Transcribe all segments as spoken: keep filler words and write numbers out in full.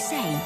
sei.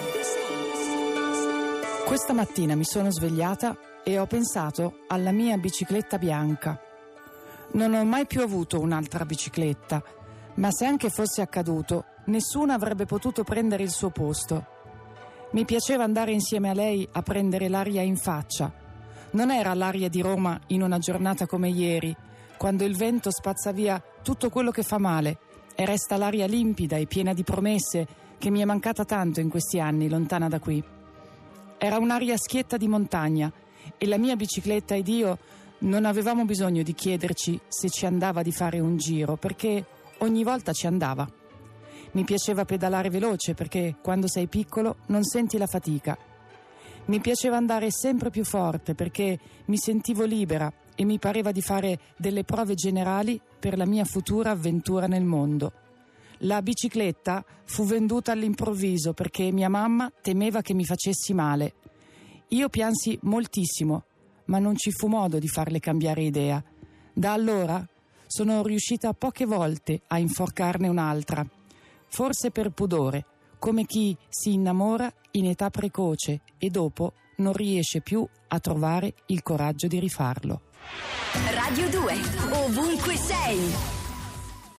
Questa mattina mi sono svegliata e ho pensato alla mia bicicletta bianca. Non ho mai più avuto un'altra bicicletta, ma se anche fosse accaduto, nessuno avrebbe potuto prendere il suo posto. Mi piaceva andare insieme a lei a prendere l'aria in faccia. Non era l'aria di Roma in una giornata come ieri, quando il vento spazza via tutto quello che fa male e resta l'aria limpida e piena di promesse che mi è mancata tanto in questi anni lontana da qui. Era un'aria schietta di montagna e la mia bicicletta ed io non avevamo bisogno di chiederci se ci andava di fare un giro, perché ogni volta ci andava. Mi piaceva pedalare veloce perché quando sei piccolo non senti la fatica. Mi piaceva andare sempre più forte perché mi sentivo libera e mi pareva di fare delle prove generali per la mia futura avventura nel mondo. La bicicletta fu venduta all'improvviso perché mia mamma temeva che mi facessi male. Io piansi moltissimo, ma non ci fu modo di farle cambiare idea. Da allora sono riuscita poche volte a inforcarne un'altra, forse per pudore, come chi si innamora in età precoce e dopo non riesce più a trovare il coraggio di rifarlo. Radio due, ovunque sei.